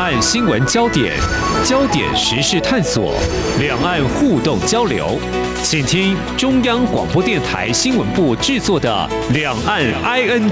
岸新闻焦点，焦点时事探索，两岸互动交流，请听中央广播电台新闻部制作的《两岸 ING》。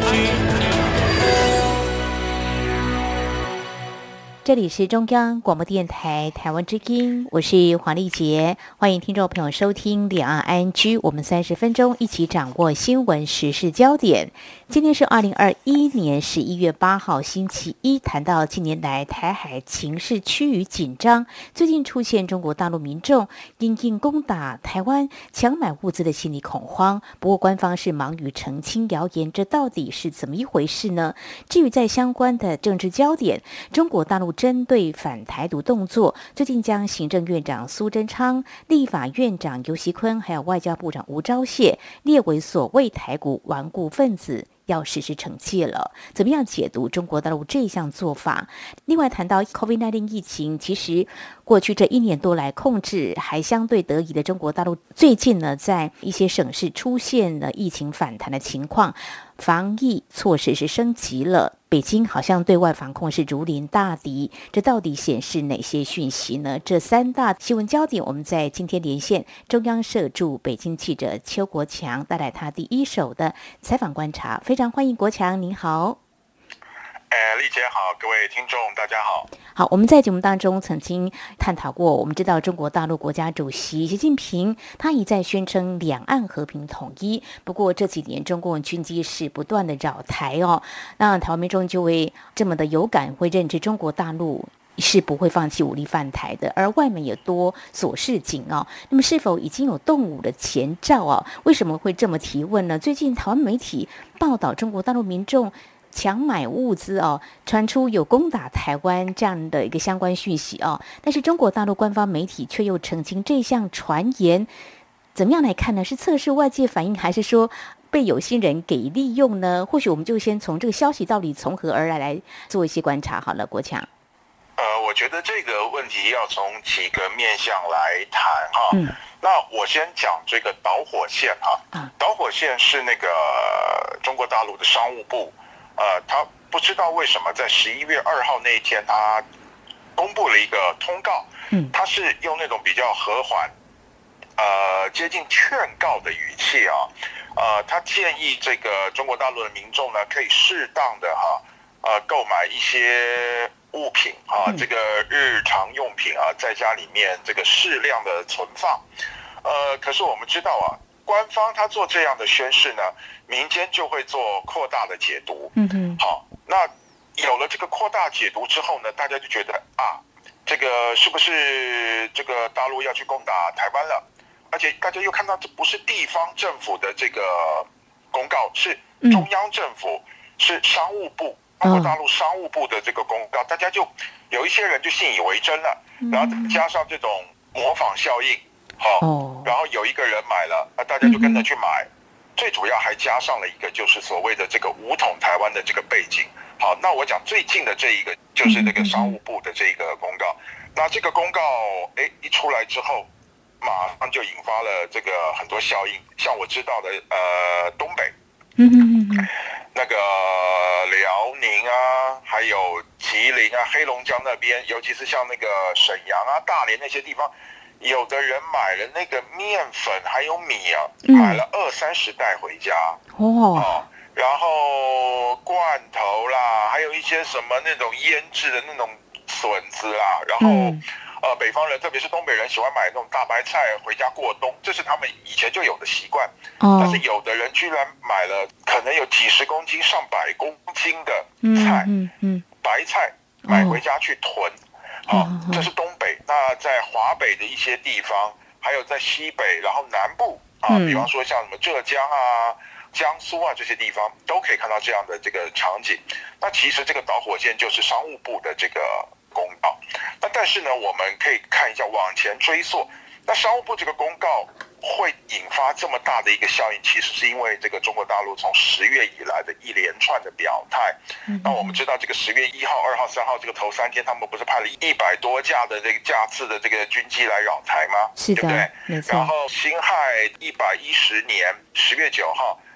这里是中央广播电台台湾之音，我是黄丽杰，欢迎听众朋友收听两岸 ING， 我们30分钟一起掌握新闻时事焦点。今天是2021年11月8号星期一，谈到近年来台海情势趋于紧张，最近出现中国大陆民众因应攻打台湾抢买物资的心理恐慌，不过官方是忙于澄清谣言，这到底是怎么一回事呢？至于在相关的政治焦点，中国大陆针对反台独动作，最近将行政院长苏贞昌、立法院长游锡堃还有外交部长吴钊燮列为所谓台独顽固分子，要实施惩戒了。怎么样解读中国大陆这项做法？另外谈到 COVID-19 疫情，其实过去这1年多来控制还相对得宜的中国大陆，最近呢在一些省市出现了疫情反弹的情况，防疫措施是升级了。北京好像对外防控是如临大敌，这到底显示哪些讯息呢？这3大新闻焦点，我们在今天连线中央社驻北京记者邱国强，带来他第一手的采访观察。非常欢迎国强，您好。 丽姐好，各位听众大家好。 好，我们在节目当中曾经探讨过，我们知道中国大陆国家主席习近平他一再宣称两岸和平统一，不过这几年中共军机是不断的扰台哦，那台湾民众就会这么的有感，会认知中国大陆是不会放弃武力犯台的，而外媒也多所示警哦。那么是否已经有动武的前兆啊？为什么会这么提问呢？最近台湾媒体报道中国大陆民众抢买物资哦，传出有攻打台湾这样的一个相关讯息哦，但是中国大陆官方媒体却又澄清这项传言，怎么样来看呢？是测试外界反应，还是说被有心人给利用呢？或许我们就先从这个消息到底从何而来做一些观察好了，国强。 我觉得这个问题要从几个面向来谈哈。那我先讲这个导火线哈。导火线是那个中国大陆的商务部。他不知道为什么在11月2号那一天，他公布了一个通告，他是用那种比较和缓，接近劝告的语气啊，他建议这个中国大陆的民众呢，可以适当的购买一些物品啊，这个日常用品啊，在家里面这个适量的存放，可是我们知道啊。官方他做这样的宣示呢，民间就会做扩大的解读。好，那有了这个扩大解读之后呢，大家就觉得这个是不是这个大陆要去攻打台湾了？而且大家又看到这不是地方政府的这个公告，是中央政府，是商务部，中国大陆商务部的这个公告，大家就有一些人就信以为真了，然后加上这种模仿效应。然后有一个人买了，大家就跟着去买。最主要还加上了一个，就是所谓的这个武统台湾的这个背景。好，那我讲最近的这一个，就是这个商务部的这个公告。那这个公告，一出来之后，马上就引发了这个很多效应。像我知道的，东北，那个辽宁啊，还有吉林啊、黑龙江那边，尤其是像那个沈阳啊、大连那些地方。有的人买了那个面粉还有米啊，买了20-30袋回家然后罐头啦，还有一些什么那种腌制的那种笋子啦，然后北方人特别是东北人喜欢买那种大白菜回家过冬，这是他们以前就有的习惯。但是有的人居然买了可能有几十公斤、上百公斤的菜，白菜买回家去囤。这是东北。那在华北的一些地方，还有在西北，然后南部比方说像什么浙江啊、江苏啊这些地方，都可以看到这样的这个场景。那其实这个导火线就是商务部的这个公告。那但是呢，我们可以看一下往前追溯，那商务部这个公告会引发这么大的一个效应，其实是因为这个中国大陆从10月以来的一连串的表态。那我们知道这个10月1号、2号、3号这个头3天，他们不是派了100多架的这个架次的这个军机来扰台吗？ 是的， 对不对？ 没错。 然后辛亥110年10月9号，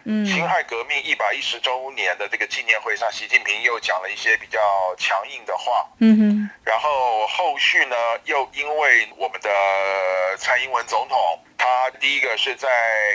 辛亥革命110周年的这个纪念会上，习近平又讲了一些比较强硬的话。然后后续呢，又因为我们的蔡英文总统，他第一个是在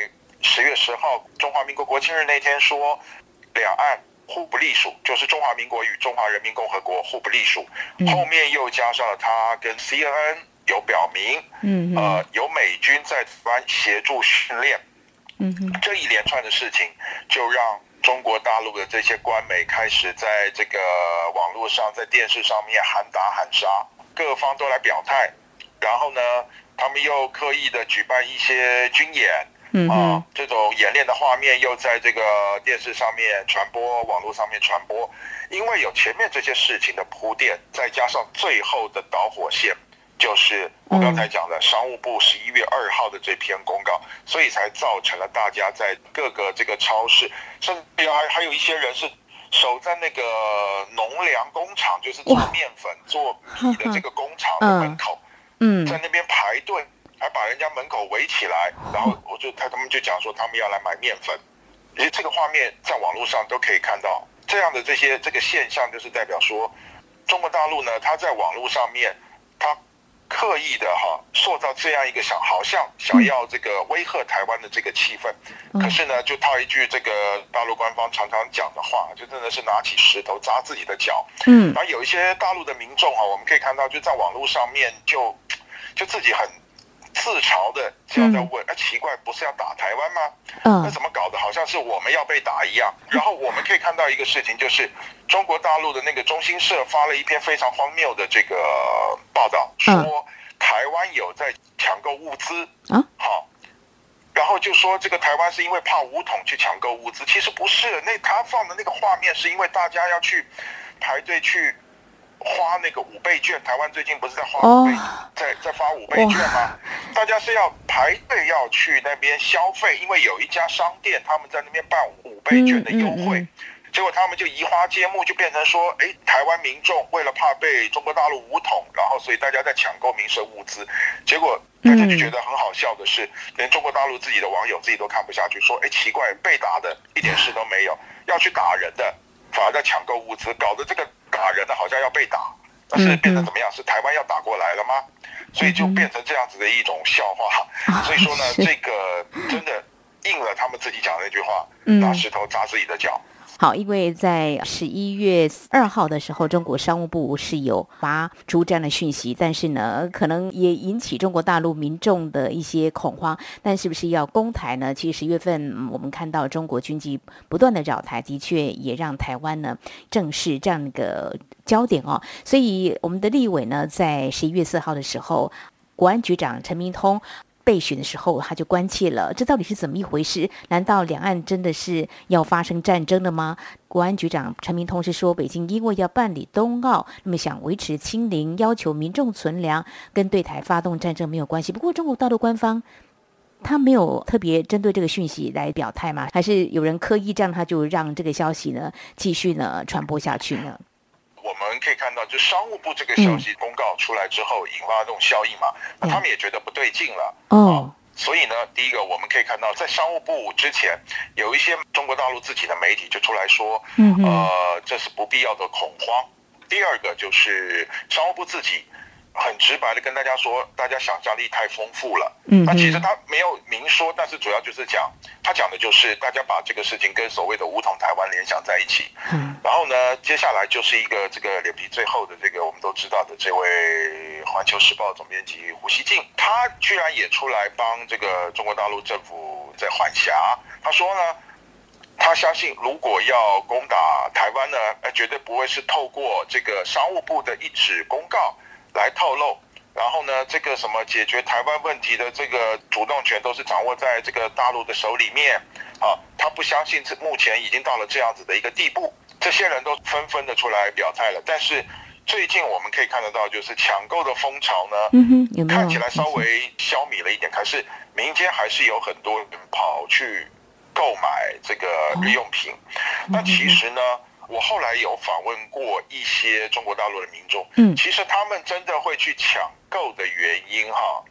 10月10号中华民国国庆日那天说，两岸互不隶属，就是中华民国与中华人民共和国互不隶属。后面又加上了他跟 CNN 有表明，有美军在台湾协助训练。这一连串的事情，就让中国大陆的这些官媒开始在这个网络上、在电视上面喊打喊杀，各方都来表态。然后呢，他们又刻意的举办一些军演，这种演练的画面又在这个电视上面传播、网络上面传播。因为有前面这些事情的铺垫，再加上最后的导火线，就是我刚才讲的商务部11月2号的这篇公告，所以才造成了大家在各个这个超市，甚至还有一些人是守在那个农粮工厂，就是做面粉、做米的这个工厂的门口，在那边排队，还把人家门口围起来，然后他们就讲说他们要来买面粉，其实这个画面在网络上都可以看到，这样的这个现象就是代表说，中国大陆呢，它在网络上面，它刻意的塑造这样一个好像想要这个威吓台湾的这个气氛，可是呢，就套一句这个大陆官方常常讲的话，就真的是拿起石头砸自己的脚。然后有一些大陆的民众我们可以看到，就在网络上面就自己很自嘲的这样在问，奇怪，不是要打台湾吗？那怎么搞得好像是我们要被打一样？然后我们可以看到一个事情，就是中国大陆的那个中新社发了一篇非常荒谬的这个报道，说台湾有在抢购物资然后就说这个台湾是因为怕武统去抢购物资，其实不是，他放的那个画面是因为大家要去排队去花那个5倍券，台湾最近不是在花5倍，在发5倍券吗？大家是要排队要去那边消费，因为有一家商店他们在那边办5倍券的优惠，结果他们就移花接木，就变成说，台湾民众为了怕被中国大陆武统，然后所以大家在抢购民生物资，结果大家就觉得很好笑的是，连中国大陆自己的网友自己都看不下去，说，奇怪，被打的一点事都没有，要去打人的反而在抢购物资，搞得这个打人的好像要被打，但是变成怎么样？是台湾要打过来了吗？所以就变成这样子的一种笑话。所以说呢，这个真的应了他们自己讲的那句话，拿石头砸自己的脚。 好，因为在11月2号的时候，中国商务部是有发出这样的讯息，但是呢，可能也引起中国大陆民众的一些恐慌。但是不是要攻台呢？其实10月份我们看到中国军机不断的扰台，的确也让台湾呢正视这样一个焦点哦。所以我们的立委呢，在11月4号的时候，国安局长陈明通备询的时候，他就关切了，这到底是怎么一回事？难道两岸真的是要发生战争了吗？国安局长陈明通是说，北京因为要办理冬奥，那么想维持清零，要求民众存粮，跟对台发动战争没有关系。不过中国大陆官方他没有特别针对这个讯息来表态吗？还是有人刻意这样，他就让这个消息呢继续呢传播下去呢？ 我们可以看到，就商务部这个消息公告出来之后，引发这种效应嘛，那他们也觉得不对劲了。所以呢，第一个我们可以看到，在商务部之前，有一些中国大陆自己的媒体就出来说，这是不必要的恐慌。第二个就是商务部自己很直白的跟大家说，大家想象力太丰富了。那其实他没有明说，但是主要就是他讲的就是大家把这个事情跟所谓的武统台湾联想在一起。然后呢，接下来就是一个这个脸皮最厚的这个我们都知道的这位环球时报总编辑胡锡进，他居然也出来帮这个中国大陆政府在缓颊。他说呢，他相信如果要攻打台湾呢，绝对不会是透过这个商务部的一纸公告来透露，然后呢，这个什么解决台湾问题的这个主动权都是掌握在这个大陆的手里面他不相信目前已经到了这样子的一个地步，这些人都纷纷的出来表态了。但是最近我们可以看得到，就是抢购的风潮呢，看起来稍微消弭了一点，可是民间还是有很多人跑去购买这个日用品。那其实呢，我后来有访问过一些中国大陆的民众，其实他们真的会去抢购的原因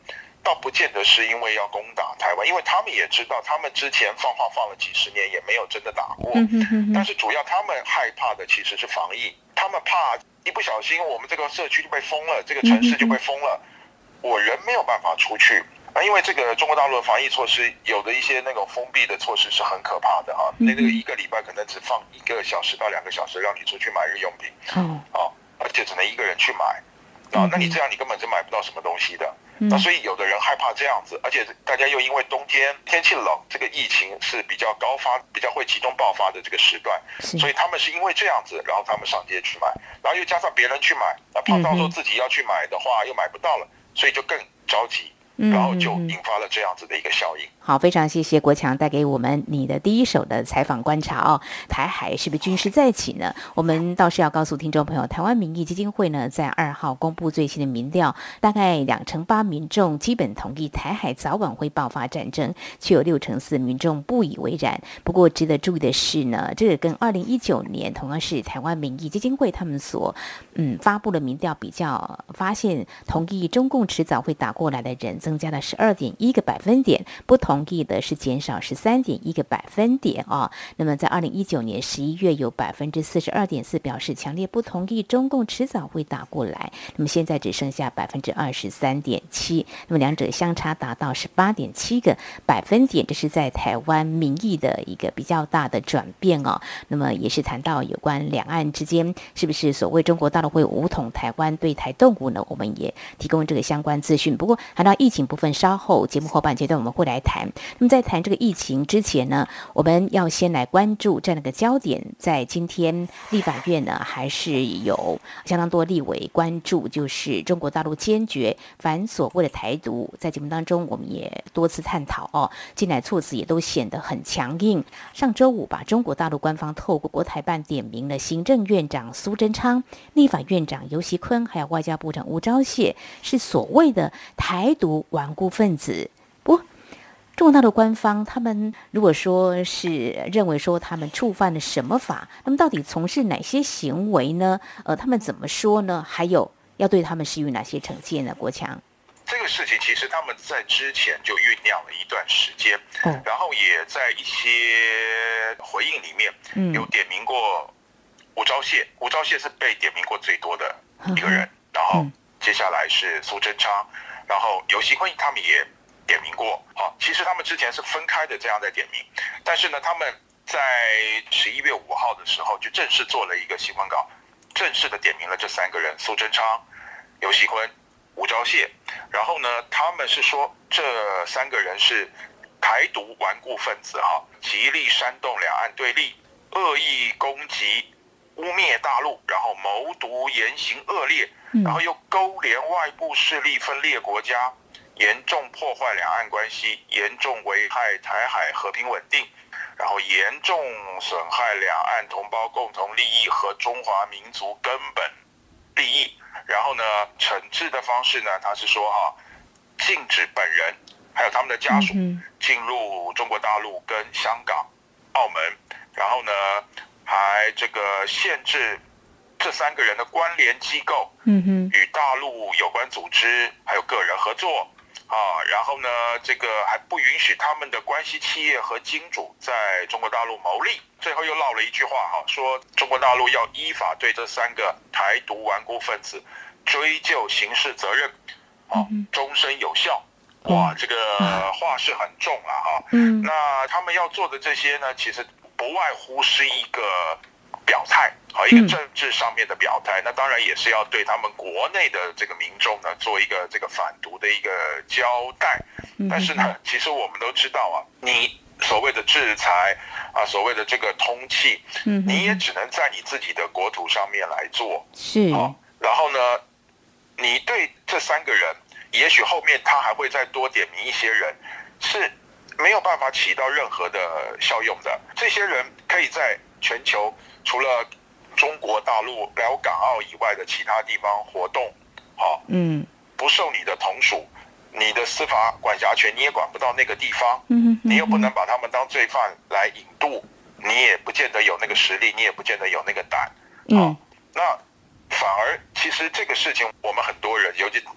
倒不见得是因为要攻打台湾，因为他们也知道，他们之前放话放了几十年，也没有真的打过。但是主要他们害怕的其实是防疫，他们怕一不小心我们这个社区就被封了，这个城市就被封了，我人没有办法出去。因为这个中国大陆的防疫措施，有的一些那种封闭的措施是很可怕的哈。那个1个礼拜可能只放1个小时到2个小时，让你出去买日用品。而且只能1个人去买。那你这样你根本就买不到什么东西的。那所以有的人害怕这样子，而且大家又因为冬天天气冷，这个疫情是比较高发、比较会集中爆发的这个时段，所以他们是因为这样子，然后他们上街去买，然后又加上别人去买，怕到时候自己要去买的话又买不到了，所以就更着急。然后就引发了这样子的一个效应。 好，非常谢谢国强带给我们你的第一手的采访观察哦。台海是不是军事再起呢？我们倒是要告诉听众朋友，台湾民意基金会呢在2号公布最新的民调，大概2成8民众基本同意台海早晚会爆发战争，却有6成4民众不以为然。不过值得注意的是呢，这个跟2019年同样是台湾民意基金会他们所发布的民调比较，发现同意中共迟早会打过来的人增加了12.1个百分点，不同意的是减少13.1个百分点哦。那么在2019年11月有42.4%表示强烈不同意中共迟早会打过来，那么现在只剩下23.7%，那么两者相差达到18.7个百分点，这是在台湾民意的一个比较大的转变哦。那么也是谈到有关两岸之间是不是所谓中国大陆会武统台湾对台动武呢？我们也提供这个相关资讯。不过谈到疫情部分，稍后节目后半阶段我们会来谈。那么在谈这个疫情之前呢，我们要先来关注这样的一个焦点。在今天立法院呢，还是有相当多立委关注，就是中国大陆坚决反所谓的台独。在节目当中我们也多次探讨哦，近来措辞也都显得很强硬。上周五把中国大陆官方透过国台办点名了行政院长苏贞昌、立法院长游锡堃还有外交部长吴钊燮是所谓的台独顽固分子。不过中国大陆官方他们如果说是认为说他们触犯了什么法，那么到底从事哪些行为呢？他们怎么说呢？还有要对他们施予哪些惩戒呢？国强， 这个事情其实他们在之前就酝酿了一段时间，然后也在一些回应里面有点名过吴钊燮，吴钊燮是被点名过最多的一个人，然后接下来是苏贞昌，然后游锡堃他们也点名过。其实他们之前是分开的这样在点名，但是呢，他们在11月5号的时候就正式做了一个新闻稿，正式的点名了这3个人：苏贞昌、游锡堃、吴钊燮。然后呢，他们是说这3个人是台独顽固分子极力煽动两岸对立，恶意攻击污蔑大陆，然后谋独言行恶劣，然后又勾连外部势力分裂国家，严重破坏两岸关系，严重危害台海和平稳定，然后严重损害两岸同胞共同利益和中华民族根本利益。然后呢，惩治的方式呢，他是说禁止本人还有他们的家属进入中国大陆跟香港、澳门，然后呢还这个限制这3个人的关联机构与大陆有关组织还有个人合作然后呢这个还不允许他们的关系企业和金主在中国大陆牟利。最后又唠了一句话说中国大陆要依法对这3个台独顽固分子追究刑事责任终身有效。哇，这个话是很重了那他们要做的这些呢，其实不外乎是一个表态一个政治上面的表态。那当然也是要对他们国内的这个民众呢做一个这个反独的一个交代。但是呢，其实我们都知道你所谓的制裁所谓的这个通缉你也只能在你自己的国土上面来做。 是然后呢，你对这3个人也许后面他还会再多点名一些人，是没有办法起到任何的效用的。这些人可以在全球除了中国大陆还有港澳以外的其他地方活动不受你的统属，你的司法管辖权你也管不到那个地方你又不能把他们当罪犯来引渡，你也不见得有那个实力，你也不见得有那个胆那反而其实这个事情我们很多人尤其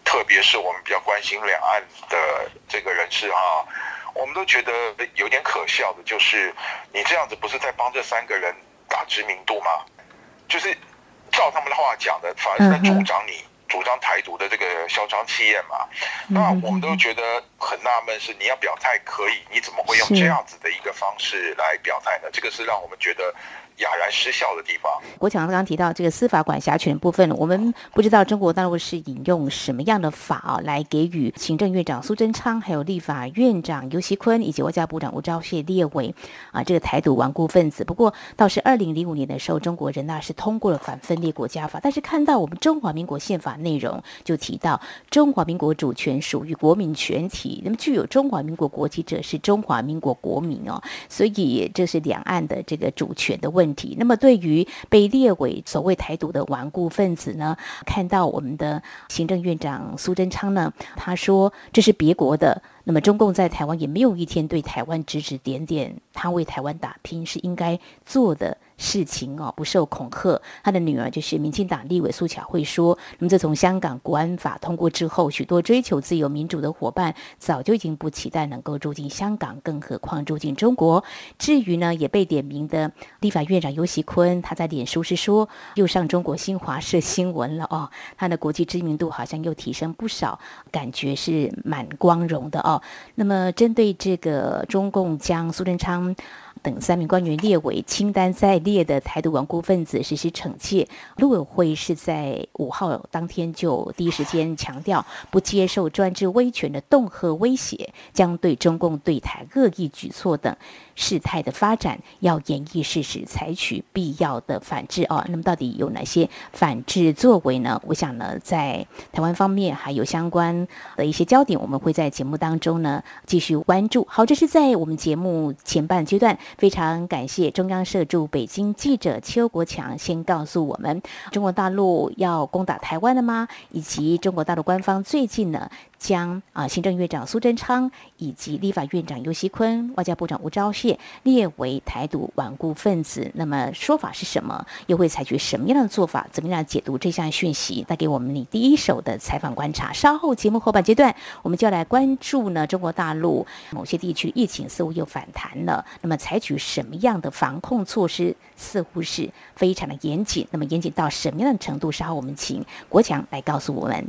特别是我们比较关心两岸的这个人士哈，我们都觉得有点可笑的，就是你这样子不是在帮这3个人打知名度吗？就是照他们的话讲的，反而是在主张台独的这个嚣张气焰嘛。那我们都觉得很纳闷，是你要表态可以，你怎么会用这样子的一个方式来表态呢？这个是让我们觉得哑然失笑的地方。 国强刚刚提到这个司法管辖权的部分，我们不知道中国大陆是引用什么样的法来给予行政院长苏贞昌，还有立法院长游锡堃以及外交部长吴钊燮列为这个台独顽固分子。不过倒是2005年的时候，中国人大是通过了反分裂国家法，但是看到我们中华民国宪法内容就提到中华民国主权属于国民全体，那么具有中华民国国籍者是中华民国国民哦，所以这是两岸的这个主权的问题。那么对于被列为所谓台独的顽固分子呢，看到我们的行政院长苏贞昌呢，他说这是别国的，那么中共在台湾也没有一天对台湾指指点点，他为台湾打拼是应该做的事情哦，不受恐吓。他的女儿就是民进党立委苏巧慧说，那么自从香港国安法通过之后，许多追求自由民主的伙伴早就已经不期待能够入境香港，更何况入境中国。至于呢，也被点名的立法院长游锡堃，他在脸书是说又上中国新华社新闻了哦，他的国际知名度好像又提升不少，感觉是蛮光荣的哦。那么针对这个中共将苏贞昌等3名官员列为清单在列的台独顽固分子实施惩戒，陆委会是在5号当天就第一时间强调，不接受专制威权的恫吓威胁，将对中共对台恶意举措等事态的发展要严议事实，采取必要的反制哦。那么到底有哪些反制作为呢？我想呢，在台湾方面还有相关的一些焦点，我们会在节目当中呢继续关注。好，这是在我们节目前半阶段，非常感谢中央社驻北京记者邱国强先告诉我们，中国大陆要攻打台湾了吗？以及中国大陆官方最近呢将行政院长苏贞昌以及立法院长游锡堃、外交部长吴钊燮列为台独顽固分子，那么说法是什么？又会采取什么样的做法？怎么样解读这项讯息？带给我们你第一手的采访观察。稍后节目后半阶段，我们就要来关注呢中国大陆某些地区疫情似乎又反弹了，那么采取什么样的防控措施？似乎是非常的严谨。那么严谨到什么样的程度？稍后我们请国强来告诉我们。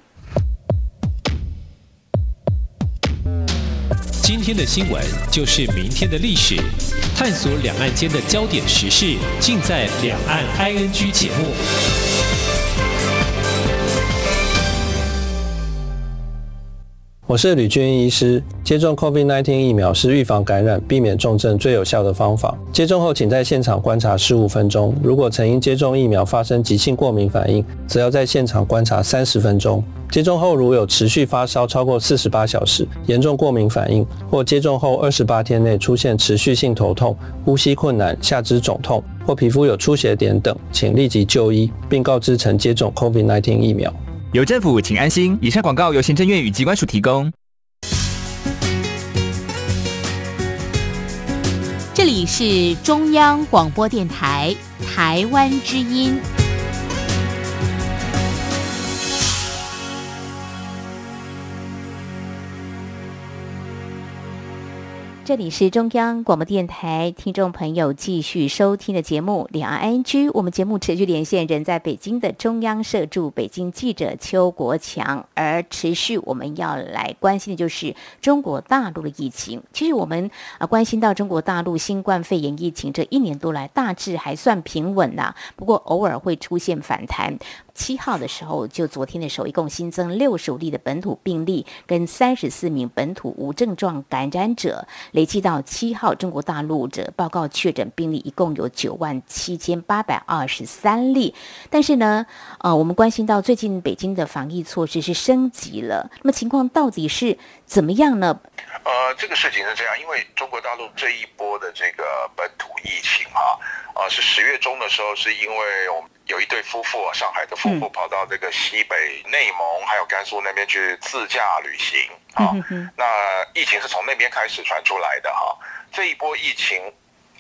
今天的新闻就是明天的历史，探索两岸间的焦点时事，尽在《两岸 ING》节目。 我是吕俊医师。接种 COVID-19 疫苗是预防感染、避免重症最有效的方法。接种后，请在现场观察15分钟。如果曾因接种疫苗发生急性过敏反应，则要在现场观察30分钟。接种后如有持续发烧超过48小时、严重过敏反应，或接种后28天内出现持续性头痛、呼吸困难、下肢肿痛或皮肤有出血点等，请立即就医，并告知曾接种 COVID-19 疫苗。 有政府，请安心。以上广告由行政院与疾管署提供。 这里是中央广播电台台湾之音。 这里是中央广播电台，听众朋友继续收听的节目《两岸 ING》。我们节目持续连线人在北京的中央社驻北京记者邱国强，而持续我们要来关心的就是中国大陆的疫情。其实我们关心到中国大陆新冠肺炎疫情这1年多来大致还算平稳啦，不过偶尔会出现反弹。7号的时候，就昨天的时候，一共新增65例的本土病例，跟34名本土无症状感染者，累计到7号，中国大陆的报告确诊病例一共有97823例。但是呢，我们关心到最近北京的防疫措施是升级了，那么情况到底是怎么样呢？ 这个事情是这样，因为中国大陆这一波的这个本土疫情是10月中的时候，是因为我们有一对夫妇，上海的夫妇跑到这个西北内蒙还有甘肃那边去自驾旅行那疫情是从那边开始传出来的这一波疫情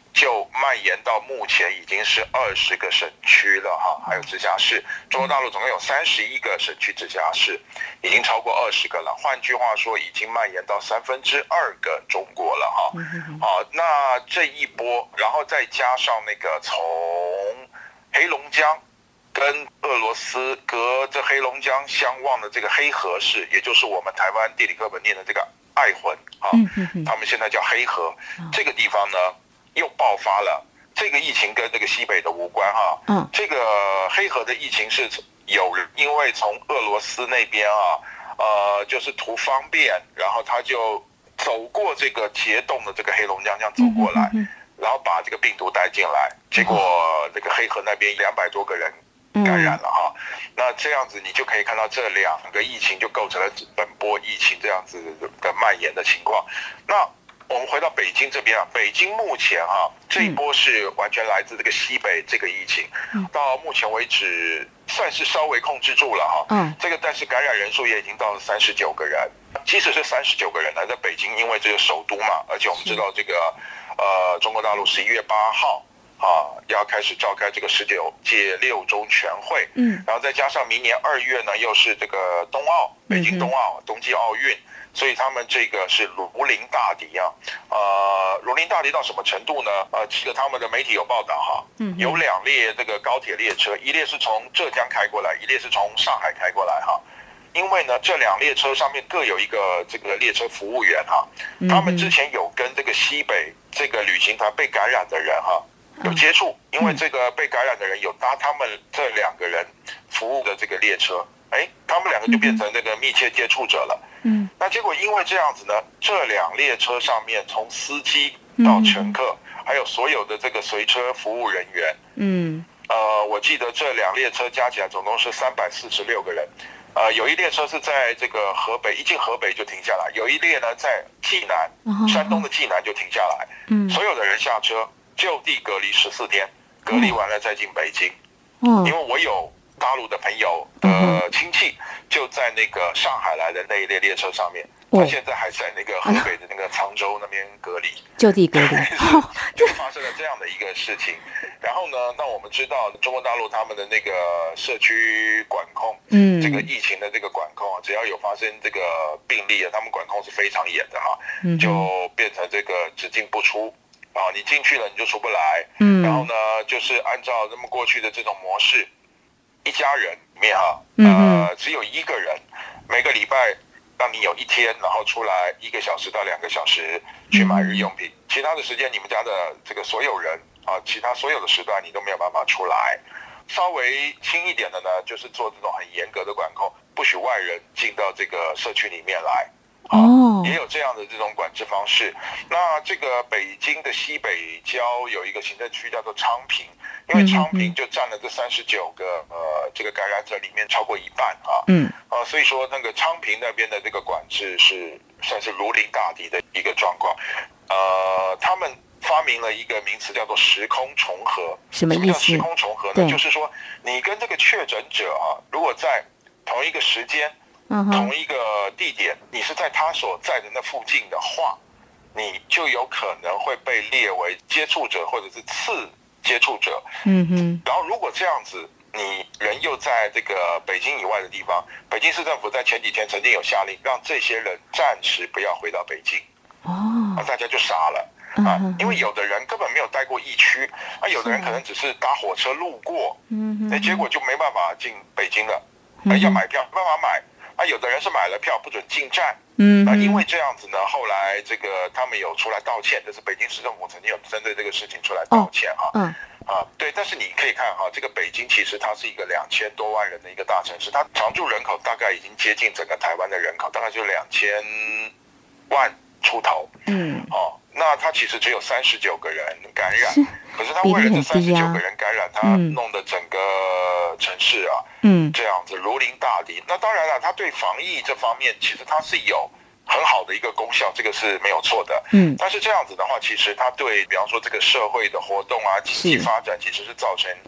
就蔓延到目前已经是20个省区了哈，还有直辖市。中国大陆总共有31个省区直辖市，已经超过20个了。换句话说，已经蔓延到2/3个中国了哈。好，那这一波，然后再加上那个从黑龙江跟俄罗斯隔着黑龙江相望的这个黑河市，也就是我们台湾地理课本念的这个爱魂啊，他们现在叫黑河，这个地方呢又爆发了。这个疫情跟这个西北的无关哈，这个黑河的疫情是有人因为从俄罗斯那边就是图方便，然后他就走过这个结冻的这个黑龙江，这样走过来，然后把这个病毒带进来，结果这个黑河那边200多个人感染了哈。那这样子你就可以看到这2个疫情就构成了本波疫情这样子的蔓延的情况。那我们回到北京这边北京目前这一波是完全来自这个西北这个疫情，到目前为止算是稍微控制住了这个但是感染人数也已经到了39个人，即使是39个人呢，在北京因为这个首都嘛，而且我们知道这个中国大陆11月8号要开始召开这个19届6中全会，然后再加上明年2月呢又是这个冬奥，北京冬奥冬季奥运，所以他们这个是如临大敌如临大敌到什么程度呢？这个他们的媒体有报道有2列这个高铁列车，一列是从浙江开过来，一列是从上海开过来因为呢这2列车上面各有一个这个列车服务员他们之前有跟这个西北这个旅行团被感染的人有接触，因为这个被感染的人有搭他们这2个人服务的这个列车，他们2个就变成这个密切接触者了。那结果因为这样子呢，这2列车上面从司机到乘客，还有所有的这个随车服务人员，我记得这2列车加起来总共是346个人。有一列车是在这个河北，一进河北就停下来；有一列呢在济南，山东的济南就停下来。所有的人下车就地隔离14天，隔离完了再进北京。因为我有大陆的朋友的亲戚就在那个上海来的那一列列车上面，他现在还在那个河北的那个沧州那边隔离， 就地隔离， 就发生了这样的一个事情。然后呢，那我们知道中国大陆他们的那个社区管控，这个疫情的这个管控只要有发生这个病例他们管控是非常严的就变成这个只进不出。你进去了你就出不来，然后呢，就是按照他们过去的这种模式，一家人里面只有1个人，每个礼拜让你有1天，然后出来1个小时到2个小时去买日用品，其他的时间你们家的这个所有人其他所有的时段你都没有办法出来。稍微轻一点的呢，就是做这种很严格的管控，不许外人进到这个社区里面来。也有这样的这种管制方式。那这个北京的西北郊有一个行政区叫做昌平，因为昌平就占了这39个这个感染者里面超过1半所以说那个昌平那边的这个管制是算是如临大敌的一个状况。他们发明了一个名词叫做时空重合。 什么意思？ 什么叫时空重合呢？就是说你跟这个确诊者如果在同一个时间同一个地点，你是在他所在的那附近的话，你就有可能会被列为接触者或者是次接触者。然后如果这样子，你人又在这个北京以外的地方，北京市政府在前几天曾经有下令，让这些人暂时不要回到北京。大家就傻了因为有的人根本没有待过疫区，有的人可能只是搭火车路过，结果就没办法进北京了。要买票没办法买。有的人是买了票不准进站，因为这样子呢，后来这个他们有出来道歉，就是北京市政府曾经有针对这个事情出来道歉对。但是你可以看这个北京其实它是一个2000多万人的一个大城市，它常住人口大概已经接近整个台湾的人口，大概就2000万出头。那它其实只有39个人感染，可是他为了这39个人感染，他弄得整个城市这样子如临大敌。那当然了，他对防疫这方面其实他是有很好的一个功效，这个是没有错的。但是这样子的话，其实他对比方说这个社会的活动经济发展其实是造成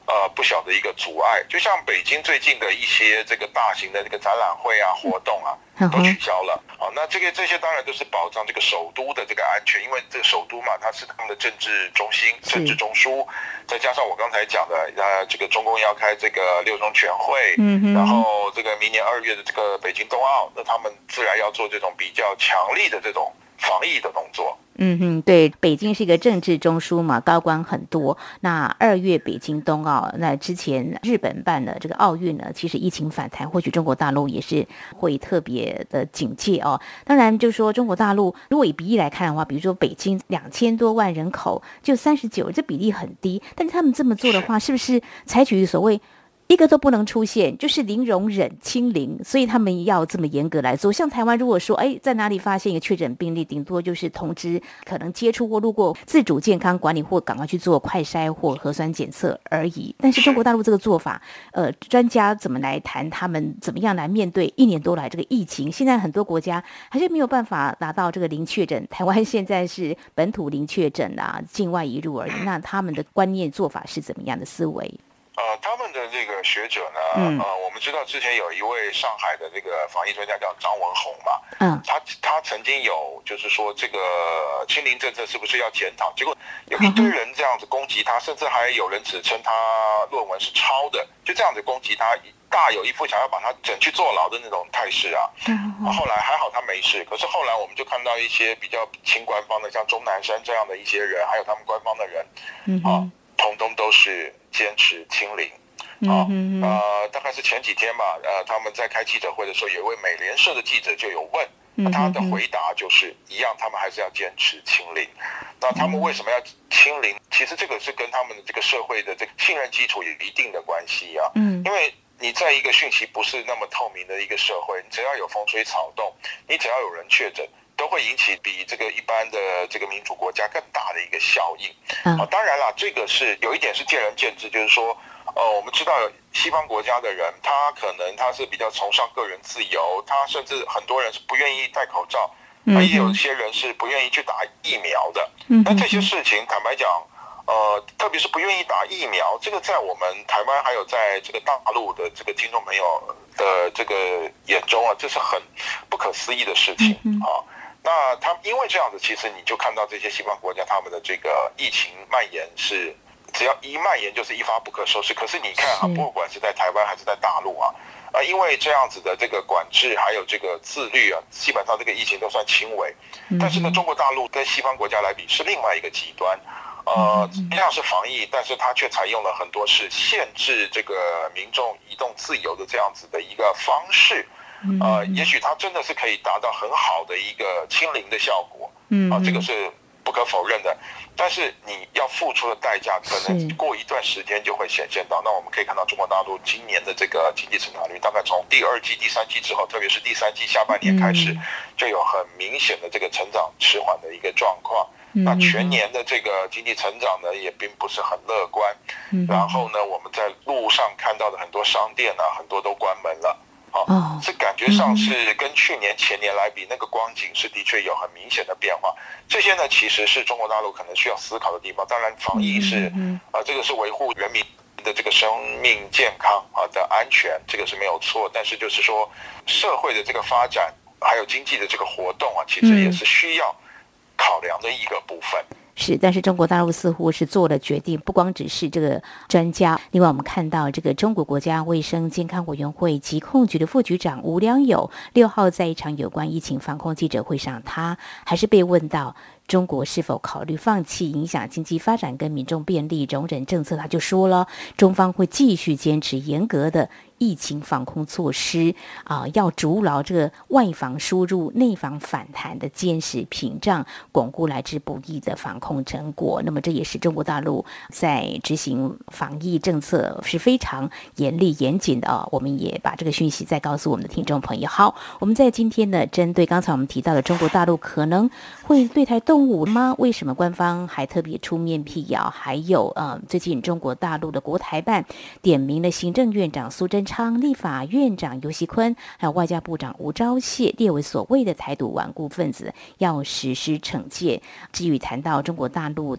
不小的一个阻碍。就像北京最近的一些这个大型的这个展览会啊、活动啊，都取消了。那这些当然都是保障这个首都的这个安全，因为这个首都嘛，它是他们的政治中心、政治中枢，再加上我刚才讲的，这个中共要开这个6中全会，然后这个明年2月的这个北京冬奥，那他们自然要做这种比较强力的这种防疫的动作。 对，北京是一个政治中枢嘛，高官很多。那2月北京冬奥，那之前日本办的这个奥运呢，其实疫情反弹，或许中国大陆也是会特别的警戒哦。当然，就说中国大陆如果以比例来看的话，比如说北京2000多万人口就39，这比例很低。但是他们这么做的话，是不是采取所谓一个都不能出现，就是零容忍、清零，所以他们要这么严格来做。像台湾如果说在哪里发现一个确诊病例，顶多就是通知可能接触或路过自主健康管理，或赶快去做快筛或核酸检测而已。但是中国大陆这个做法，专家怎么来谈他们怎么样来面对1年多来这个疫情？现在很多国家还是没有办法达到这个零确诊，台湾现在是本土零确诊啊，境外移入而已。那他们的观念做法是怎么样的思维？ 他们的这个学者呢，我们知道之前有一位上海的这个防疫专家叫张文宏嘛，他曾经有就是说这个清零政策是不是要检讨，结果有一堆人这样子攻击他，甚至还有人指称他论文是抄的，就这样子攻击他，大有一副想要把他整去坐牢的那种态势啊。后来还好他没事，可是后来我们就看到一些比较亲官方的，像钟南山这样的一些人，还有他们官方的人，统统都是坚持清零。大概是前几天吧，他们在开记者会的时候，有一位美联社的记者就有问，他的回答就是一样，他们还是要坚持清零。那他们为什么要清零？其实这个是跟他们的这个社会的这个信任基础有一定的关系啊。因为你在一个讯息不是那么透明的一个社会，只要有风吹草动，你只要有人确诊，都会引起比这个一般的这个民主国家更大的一个效应。当然啦，这个是有一点是见仁见智，就是说，我们知道西方国家的人，他是比较崇尚个人自由，他甚至很多人是不愿意戴口罩，也有一些人是不愿意去打疫苗的。那这些事情，坦白讲，特别是不愿意打疫苗，这个在我们台湾还有在这个大陆的这个听众朋友的这个眼中啊，这是很不可思议的事情啊。那他们因为这样子，其实你就看到这些西方国家他们的这个疫情蔓延是，只要一蔓延就是一发不可收拾。可是你看啊，不管是在台湾还是在大陆啊，因为这样子的这个管制还有这个自律啊，基本上这个疫情都算轻微。但是呢，中国大陆跟西方国家来比是另外一个极端。一样是防疫，但是它却采用了很多是限制这个民众移动自由的这样子的一个方式。也许它真的是可以达到很好的一个清零的效果，这个是不可否认的。但是你要付出的代价，可能过一段时间就会显现到。那我们可以看到中国大陆今年的这个经济成长率，大概从第2季、第3季之后，特别是第3季下半年开始，就有很明显的这个成长迟缓的一个状况。那全年的这个经济成长呢，也并不是很乐观。然后呢，我们在路上看到的很多商店啊，很多都关门了。这感觉上是跟去年前年来比，那个光景是的确有很明显的变化。这些呢，其实是中国大陆可能需要思考的地方。当然，防疫是这个是维护人民的这个生命健康的安全，这个是没有错。但是就是说，社会的这个发展还有经济的这个活动啊，其实也是需要考量的一个部分。 是，但是中国大陆似乎是做了决定，不光只是这个专家。另外，我们看到这个中国国家卫生健康委员会疾控局的副局长吴良友6号在一场有关疫情防控记者会上，他还是被问到中国是否考虑放弃影响经济发展跟民众便利容忍政策，他就说了，中方会继续坚持严格的疫情防控措施要筑牢这个外防输入、内防反弹的坚实屏障，巩固来之不易的防控成果。那么这也是中国大陆在执行防疫政策是非常严厉严谨的我们也把这个讯息再告诉我们的听众朋友。好，我们在今天呢，针对刚才我们提到的中国大陆可能会对台动武吗？为什么官方还特别出面辟谣？还有最近中国大陆的国台办点名了行政院长苏贞昌、立法院长游锡堃，还有外交部长吴钊燮，列为所谓的台独顽固分子，要实施惩戒。至于谈到中国大陆的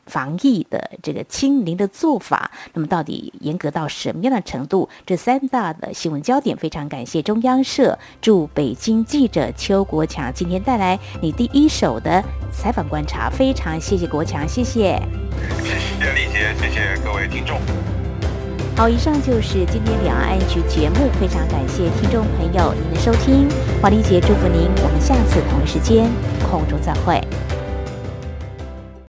防疫的这个清零的做法，那么到底严格到什么样的程度？这3大的新闻焦点，非常感谢中央社驻北京记者邱国强今天带来你第一手的采访观察，非常谢谢国强，谢谢。 谢谢丽姐，谢谢各位听众。 好，以上就是今天两岸安居节目，非常感谢听众朋友您的收听，华丽姐祝福您，我们下次同一时间空中再会。